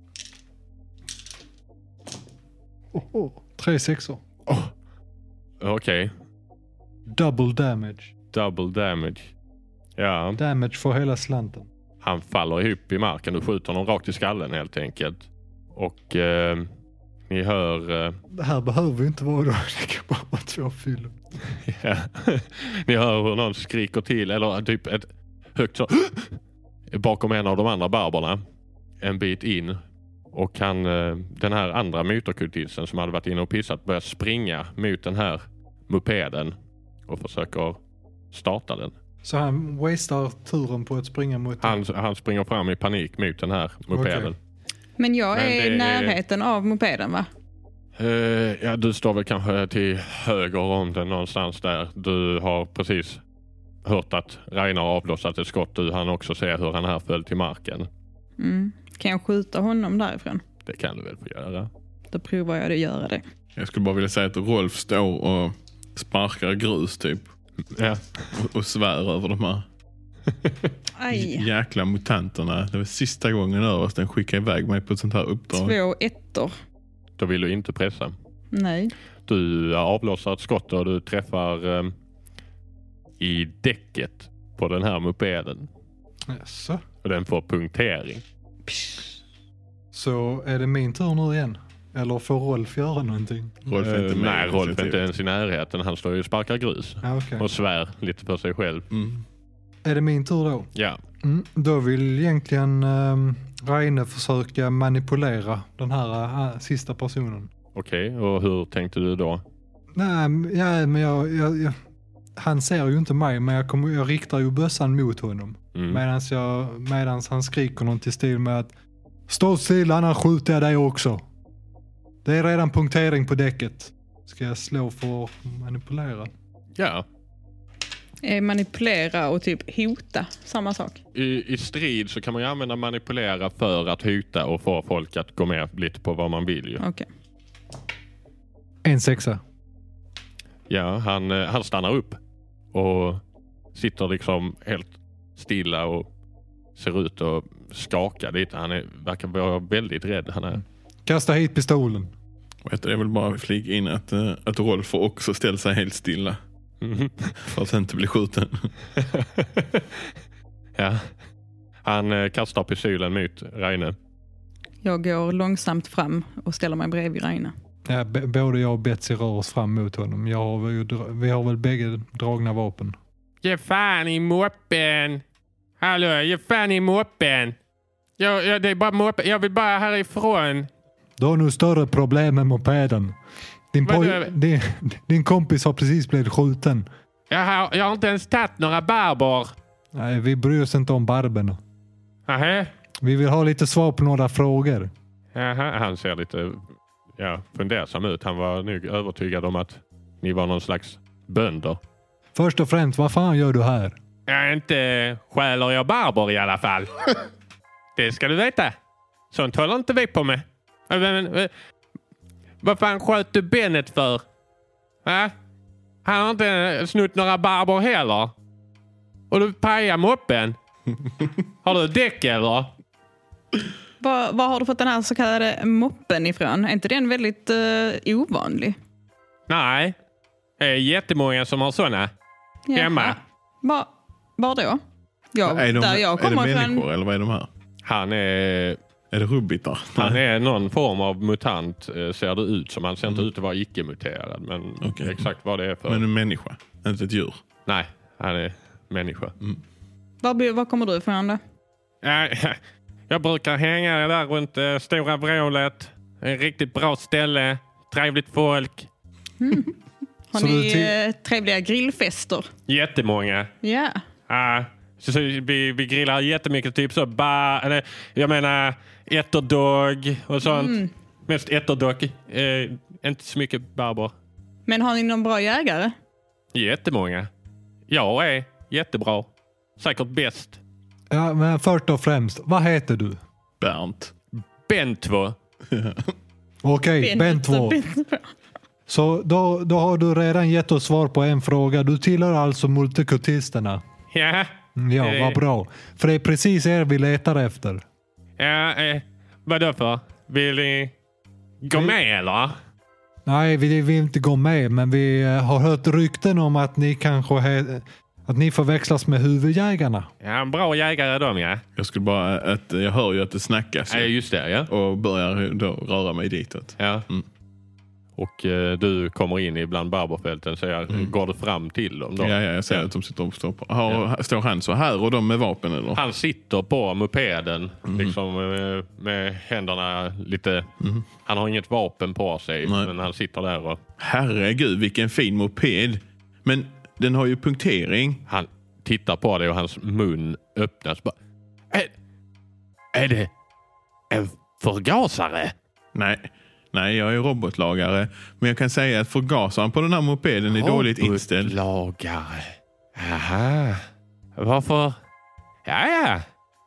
3 sexor. Okej. Double damage. Ja. Damage för hela slanten. Han faller ihop i marken. Du skjuter honom rakt i skallen helt enkelt. Och ni hör... Det här behöver ju inte vara då. Det kan bara vara 2 fyllor. Ja. Ni hör hur någon skriker till. Eller typ ett högt så... bakom en av de andra barberna. En bit in. Och den här andra motorkultisten som hade varit inne och pissat börjar springa mot den här mopeden. Och försöker starta den. Så han wastar turen på att springa mot den? Han springer fram i panik mot den här mopeden. Okay. Men jag är i närheten av mopeden, va? Ja, du står väl kanske till höger om den någonstans där. Du har precis hört att Reine har avlossat ett skott. Du han också ser hur han här föll till marken. Kan jag skjuta honom därifrån? Det kan du väl få göra. Då provar jag att göra det. Jag skulle bara vilja säga att Rolf står och sparkar grus typ. Ja. Och svär över de här jäkla mutanterna. Det var sista gången den skickade iväg mig på ett sånt här uppdrag. 2 ettor. Då vill du inte pressa. Nej. Du avlossar ett skott och du träffar i däcket på den här mopeden. Yes. Och den får punktering. Så är det min tur nu igen? Eller får Rolf göra någonting? Rolf är inte med. Nej, Rolf är inte ens i närheten. Han står ju och sparkar grus. Okay. Och svär lite på sig själv. Är det min tur då? Ja. Då vill egentligen Reine försöka manipulera den här sista personen. Okej, och hur tänkte du då? Nej, men jag han ser ju inte mig, men jag riktar ju bössan mot honom. Medan han skriker något i stil med att stå still, annars skjuter jag dig också. Det är redan punktering på däcket. Ska jag slå för att manipulera? Ja. Manipulera och typ hota, samma sak. I strid så kan man ju använda manipulera för att hota och få folk att gå med lite på vad man vill ju. Okej. En 6. Ja, han stannar upp och sitter liksom helt stilla och ser ut att skaka lite. Han verkar vara väldigt rädd. Han är. Kasta hit pistolen. Det är väl bara flika in att Rolf också ställer sig helt stilla. För att inte bli skjuten. Ja. Han kastar pistolen mot Reine. Jag går långsamt fram och ställer mig bredvid Reine. Ja, både jag och Betsy rör oss fram mot honom. Vi har väl bägge dragna vapen. Ge fan i moppen. Hallå, ge fan i moppen. Det är bara moppen. Jag vill bara härifrån. Du har nog större problem med mopeden. Din kompis har precis blivit skjuten. Jag har inte ens tagit några barber. Nej, vi bryr oss inte om barberna. Aha. Vi vill ha lite svar på några frågor. Aha, han ser lite fundersam ut. Han var nog övertygad om att ni var någon slags bönder. Först och främst, vad fan gör du här? Jag är inte stjäler jag barber i alla fall. Det ska du veta. Sånt håller inte vi på med. Vad fan sköt du benet för? Han har inte snutt några barber heller. Och du pajar moppen. Har du däck eller? Var har du fått den här så kallade moppen ifrån? Är inte den väldigt ovanlig? Nej. Det är jättemånga som har såna hemma. Var då? Ja, där jag kommer är det människor eller vad är de här? Han är... Är det rubbitar? Han är någon form av mutant, ser det ut som. Han ser inte ut att vara icke-muterad. Men exakt vad det är för... Men en människa, inte ett djur? Nej, han är människa. Var kommer du ifrån då? Jag brukar hänga där runt Stora Vrålet. En riktigt bra ställe. Trevligt folk. Har ni trevliga grillfester? Jättemånga. Ja. Så vi grillar jättemycket typ så jag menar etterdog och sånt. Mest etterdog. Inte så mycket barber. Men har ni någon bra jägare? Jättemånga. Jag är jättebra. Säkert bäst. Ja, men först och främst, vad heter du? Bernt. Bentvo. Okej, Bentvo. Så då har du redan gett oss svar på en fråga. Du tillhör alltså multikultisterna. Ja. Ja, vad bra. För det är precis er vi letar efter. Ja, vadå för? Vill ni gå med eller? Nej, vi vill inte gå med, men vi har hört rykten om att ni kanske att ni förväxlas med huvudjägarna. Ja, en bra jägare de, ja. Jag skulle bara jag hör ju att det snackas. Ja, just det, ja. Och börjar då röra mig ditåt. Ja. Och du kommer in ibland barberfälten, så går du fram till dem då? Ja, jag ser att de sitter och stoppar. Står han så här och de med vapen eller? Han sitter på mopeden liksom med händerna lite... Han har inget vapen på sig, men han sitter där och... Herregud, vilken fin moped. Men den har ju punktering. Han tittar på det och hans mun öppnas. Är det en förgasare? Nej, jag är robotlagare. Men jag kan säga att förgasaren på den här mopeden är dåligt inställd. Robotlagare. Aha. Varför? Ja.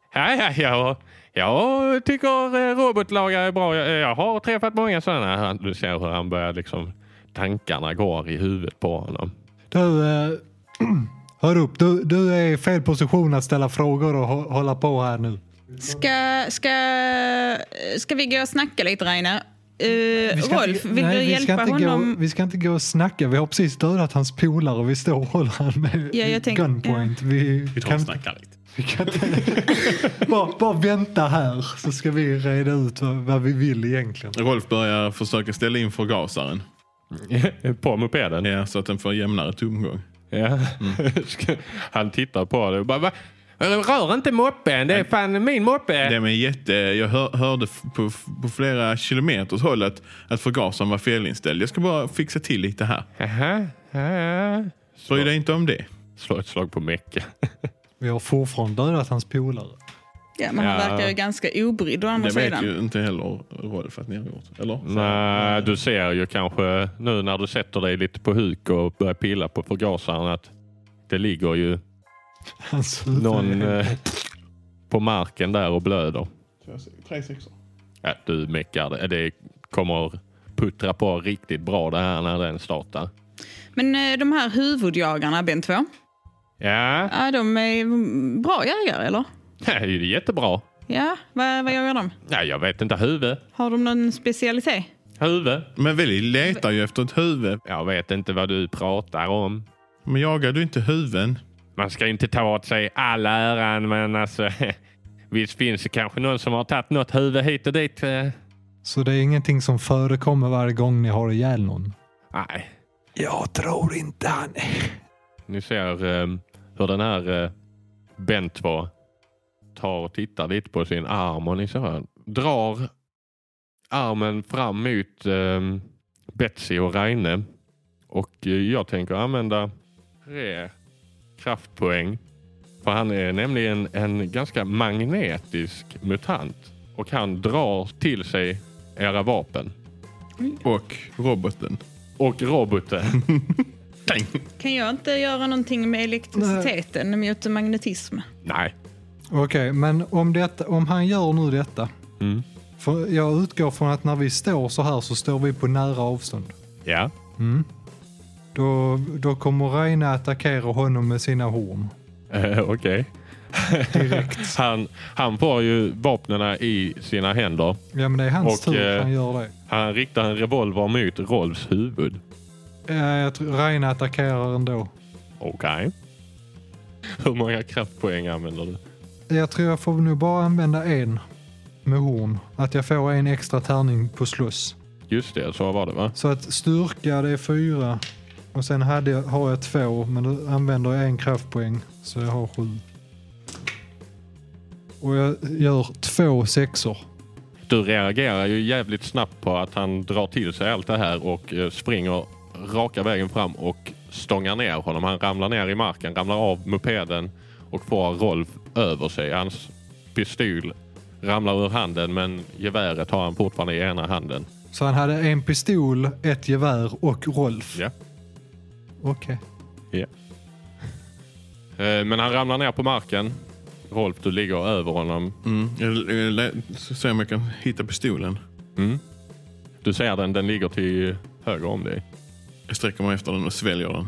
Jag tycker robotlagare är bra. Jag har träffat många sådana. Du ser hur han börjar liksom... Tankarna går i huvudet på honom. Du, hör upp. Du är i fel position att ställa frågor och hålla på här nu. Ska vi gå och snacka lite, Reine? Rolf, vill du hjälpa honom? Vi ska inte gå och snacka. Vi har precis dödat hans polare och vi står och håller han med gunpoint. Vi tar och snackar lite. bara vänta här så ska vi reda ut vad vi vill egentligen. Rolf börjar försöka ställa in förgasaren. På mopeden? Ja, så att den får jämnare tomgång. Ja. Han tittar på det och bara, rör inte moppen, det är fan min moppe. Det är jag hörde på flera kilometers håll att förgasaren var felinställd. Jag ska bara fixa till lite här. Bryr dig inte om det. Slå ett slag på Mecke. Vi har fortfarande dödat hans polare. Ja, men han verkar ju ganska obrydd å andra sidan. Det vet ju inte heller Rolf att ni har gjort. Eller? Nej, du ser ju kanske nu när du sätter dig lite på huk och börjar pilla på förgasaren att det ligger ju någon på marken där och blöder. 3-6. Ja, du meckar. Det kommer puttra på riktigt bra det här när den startar. Men de här huvudjagarna, Ben 2? Ja, de är bra jägare, eller? det är ju jättebra. Ja, vad gör de? Ja, jag vet inte. Huvud. Har de någon specialitet? Huvud. Men vi letar ju efter ett huvud. Jag vet inte vad du pratar om. Men jagar du inte huven? Man ska inte ta åt sig all äran, men alltså visst finns det kanske någon som har tagit något huvud hit och dit. Så det är ingenting som förekommer varje gång ni har ihjäl någon? Nej. Jag tror inte han. Ni ser hur den här Bent tar och tittar lite på sin arm och ni ser drar armen fram mot Betsy och Reine. Och jag tänker använda 3 kraftpoäng. För han är nämligen en ganska magnetisk mutant. Och han drar till sig era vapen. Och roboten. Kan jag inte göra någonting med elektriciteten mot magnetism? Nej. Okej, men om han gör nu detta. För jag utgår från att när vi står så här så står vi på nära avstånd. Ja. Då kommer Reine attackera honom med sina horn. Okej. Direkt. Han får ju vapnena i sina händer. Ja, men det är hans tur han gör det. Han riktar en revolver mot Rolfs huvud. Jag tror Reine attackerar ändå. Okej. Hur många kraftpoäng använder du? Jag tror jag får nog bara använda en med horn. Att jag får en extra tärning på slåss. Just det, så var det, va? Så att styrka, det är 4. Och sen har jag 2, men då använder jag en kraftpoäng. Så jag har 7. Och jag gör 2 6-or. Du reagerar ju jävligt snabbt på att han drar till sig allt det här och springer raka vägen fram och stångar ner honom. Han ramlar ner i marken, ramlar av mopeden och får Rolf över sig. Hans pistol ramlar ur handen, men geväret har han fortfarande i ena handen. Så han hade en pistol, ett gevär och Rolf? Ja. Okej. Ja. Men han ramlar ner på marken. Rolf, du ligger över honom. Jag ser om jag kan hitta pistolen. Du ser den ligger till höger om dig. Jag sträcker mig efter den och sväljer den.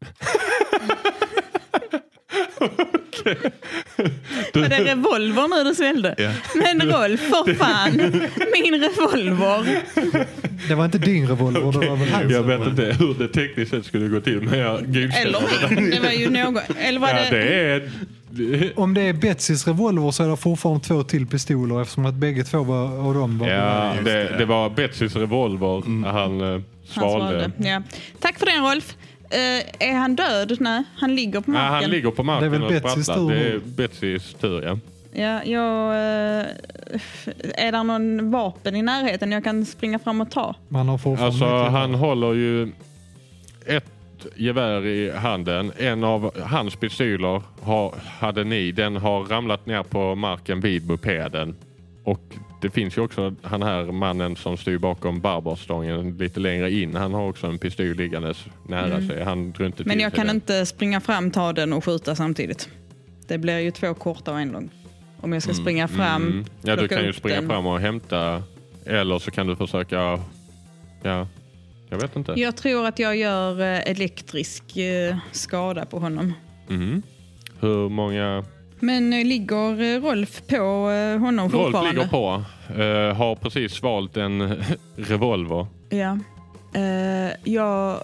Var det revolver nu du svällde? Ja. Men Rolf, för fan. Min revolver. Det var inte din revolver, okay. Det var väl hans. Jag vet inte hur det tekniskt sett skulle gå till, men jag eller det var ju någon. Eller var det... Om det är Betsys revolver så är det fortfarande 2 till pistoler eftersom att bägge 2 av dem var... Ja, det var Betsys revolver när han svalde. Ja. Tack för den, Rolf. Är han död? Nej, han ligger på marken. Ja, han ligger på marken. Det är väl Betsys tur. Det är Betsys tur, ja. Ja, är det någon vapen i närheten jag kan springa fram och ta? Man har fortfarande han håller ju ett gevär i handen. En av hans pistoler hade ni. Den har ramlat ner på marken vid mopeden. Och det finns ju också han här mannen som styr bakom barbarstången lite längre in. Han har också en pistol liggandes nära sig. Han tror inte. Men jag kan inte springa fram, ta den och skjuta samtidigt. Det blir ju 2 korta och en lång. Om jag ska springa fram. Ja, du kan ju springa fram och hämta. Eller så kan du försöka. Ja, jag vet inte. Jag tror att jag gör elektrisk skada på honom. Hur många... Men ligger Rolf på honom fortfarande? Rolf ligger på. Har precis valt en revolver. Ja. Jag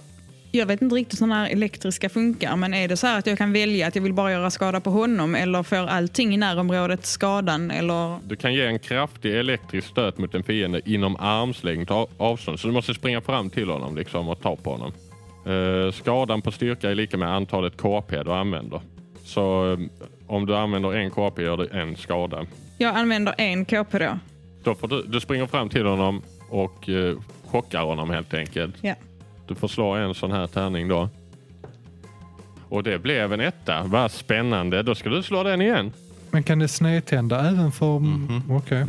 Jag vet inte riktigt hur sådana här elektriska funkar, men är det så här att jag kan välja att jag vill bara göra skada på honom eller får allting i närområdet skadan? Eller? Du kan ge en kraftig elektrisk stöt mot en fiende inom armslängd avstånd, så du måste springa fram till honom liksom och ta på honom. Skadan på styrka är lika med antalet KP du använder. Så om du använder en KP gör du en skada. Jag använder en KP då? Då får du springer fram till honom och chockar honom helt enkelt. Ja. Du får slå en sån här tärning då. Och det blev en 1. Vad spännande. Då ska du slå den igen. Men kan det snedtända även för... Okej.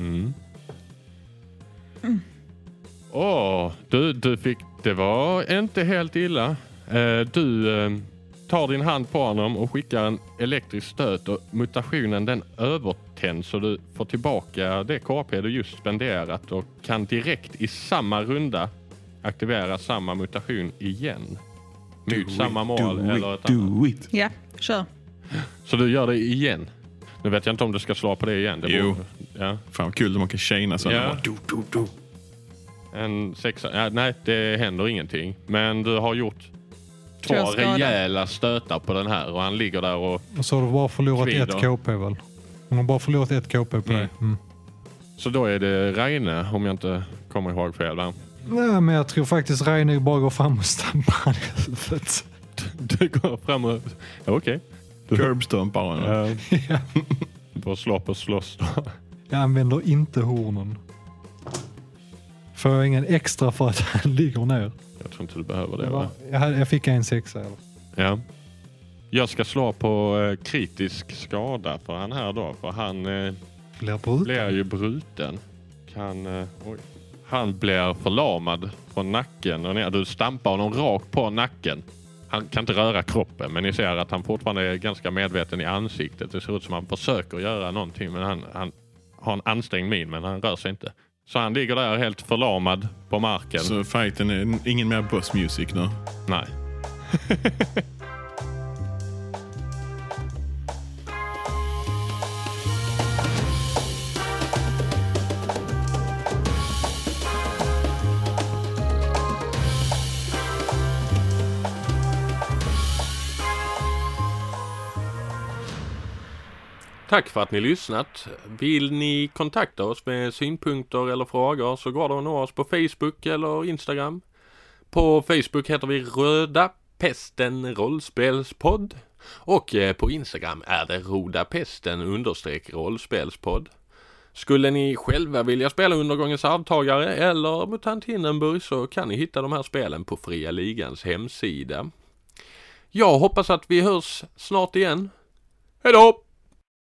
Du fick... Det var inte helt illa. Du tar din hand på honom och skickar en elektrisk stöt och mutationen den övertänds så du får tillbaka det KP du just spenderat och kan direkt i samma runda aktivera samma mutation igen. Mot samma mål eller ett annat. Ja, kör. Så du gör det igen. Nu vet jag inte om du ska slå på det igen. Ja. Fan kul att man kan tjäna så. Ja. En 6. Nej, det händer ingenting. Men du har gjort 2 rejäla stötar på den här och han ligger där och så har du bara förlorat kvider. 1 KP väl? Hon har bara förlorat 1 KP på det. Så då är det Reine, om jag inte kommer ihåg fel, va? Nej, men jag tror faktiskt Reine bara går fram och stampar i huvudet. Du går fram och... Okej. Curbstompar honom. Ja. Du får slå på slåss då. Jag använder inte hornen. Får jag ingen extra för att han ligger ner? Jag tror inte du behöver det, va? Jag fick en 6 eller? Ja. Jag ska slå på kritisk skada för han här då. För han blir ju bruten. Han blir förlamad från nacken och ner. Du stampar honom rakt på nacken. Han kan inte röra kroppen, men ni ser att han fortfarande är ganska medveten i ansiktet. Det ser ut som att han försöker göra någonting, men han har en ansträngd min, men han rör sig inte. Så han ligger där helt förlamad på marken. Så fighten är ingen mer boss music nu? Nej. Tack för att ni lyssnat. Vill ni kontakta oss med synpunkter eller frågor så går det att nå oss på Facebook eller Instagram. På Facebook heter vi Röda Pesten rollspelspodd och på Instagram är det rodapesten_rollspelspodd. Skulle ni själva vilja spela Undergångens arvtagare eller Mutant Hindenburg så kan ni hitta de här spelen på Fria Ligans hemsida. Jag hoppas att vi hörs snart igen. Hej då!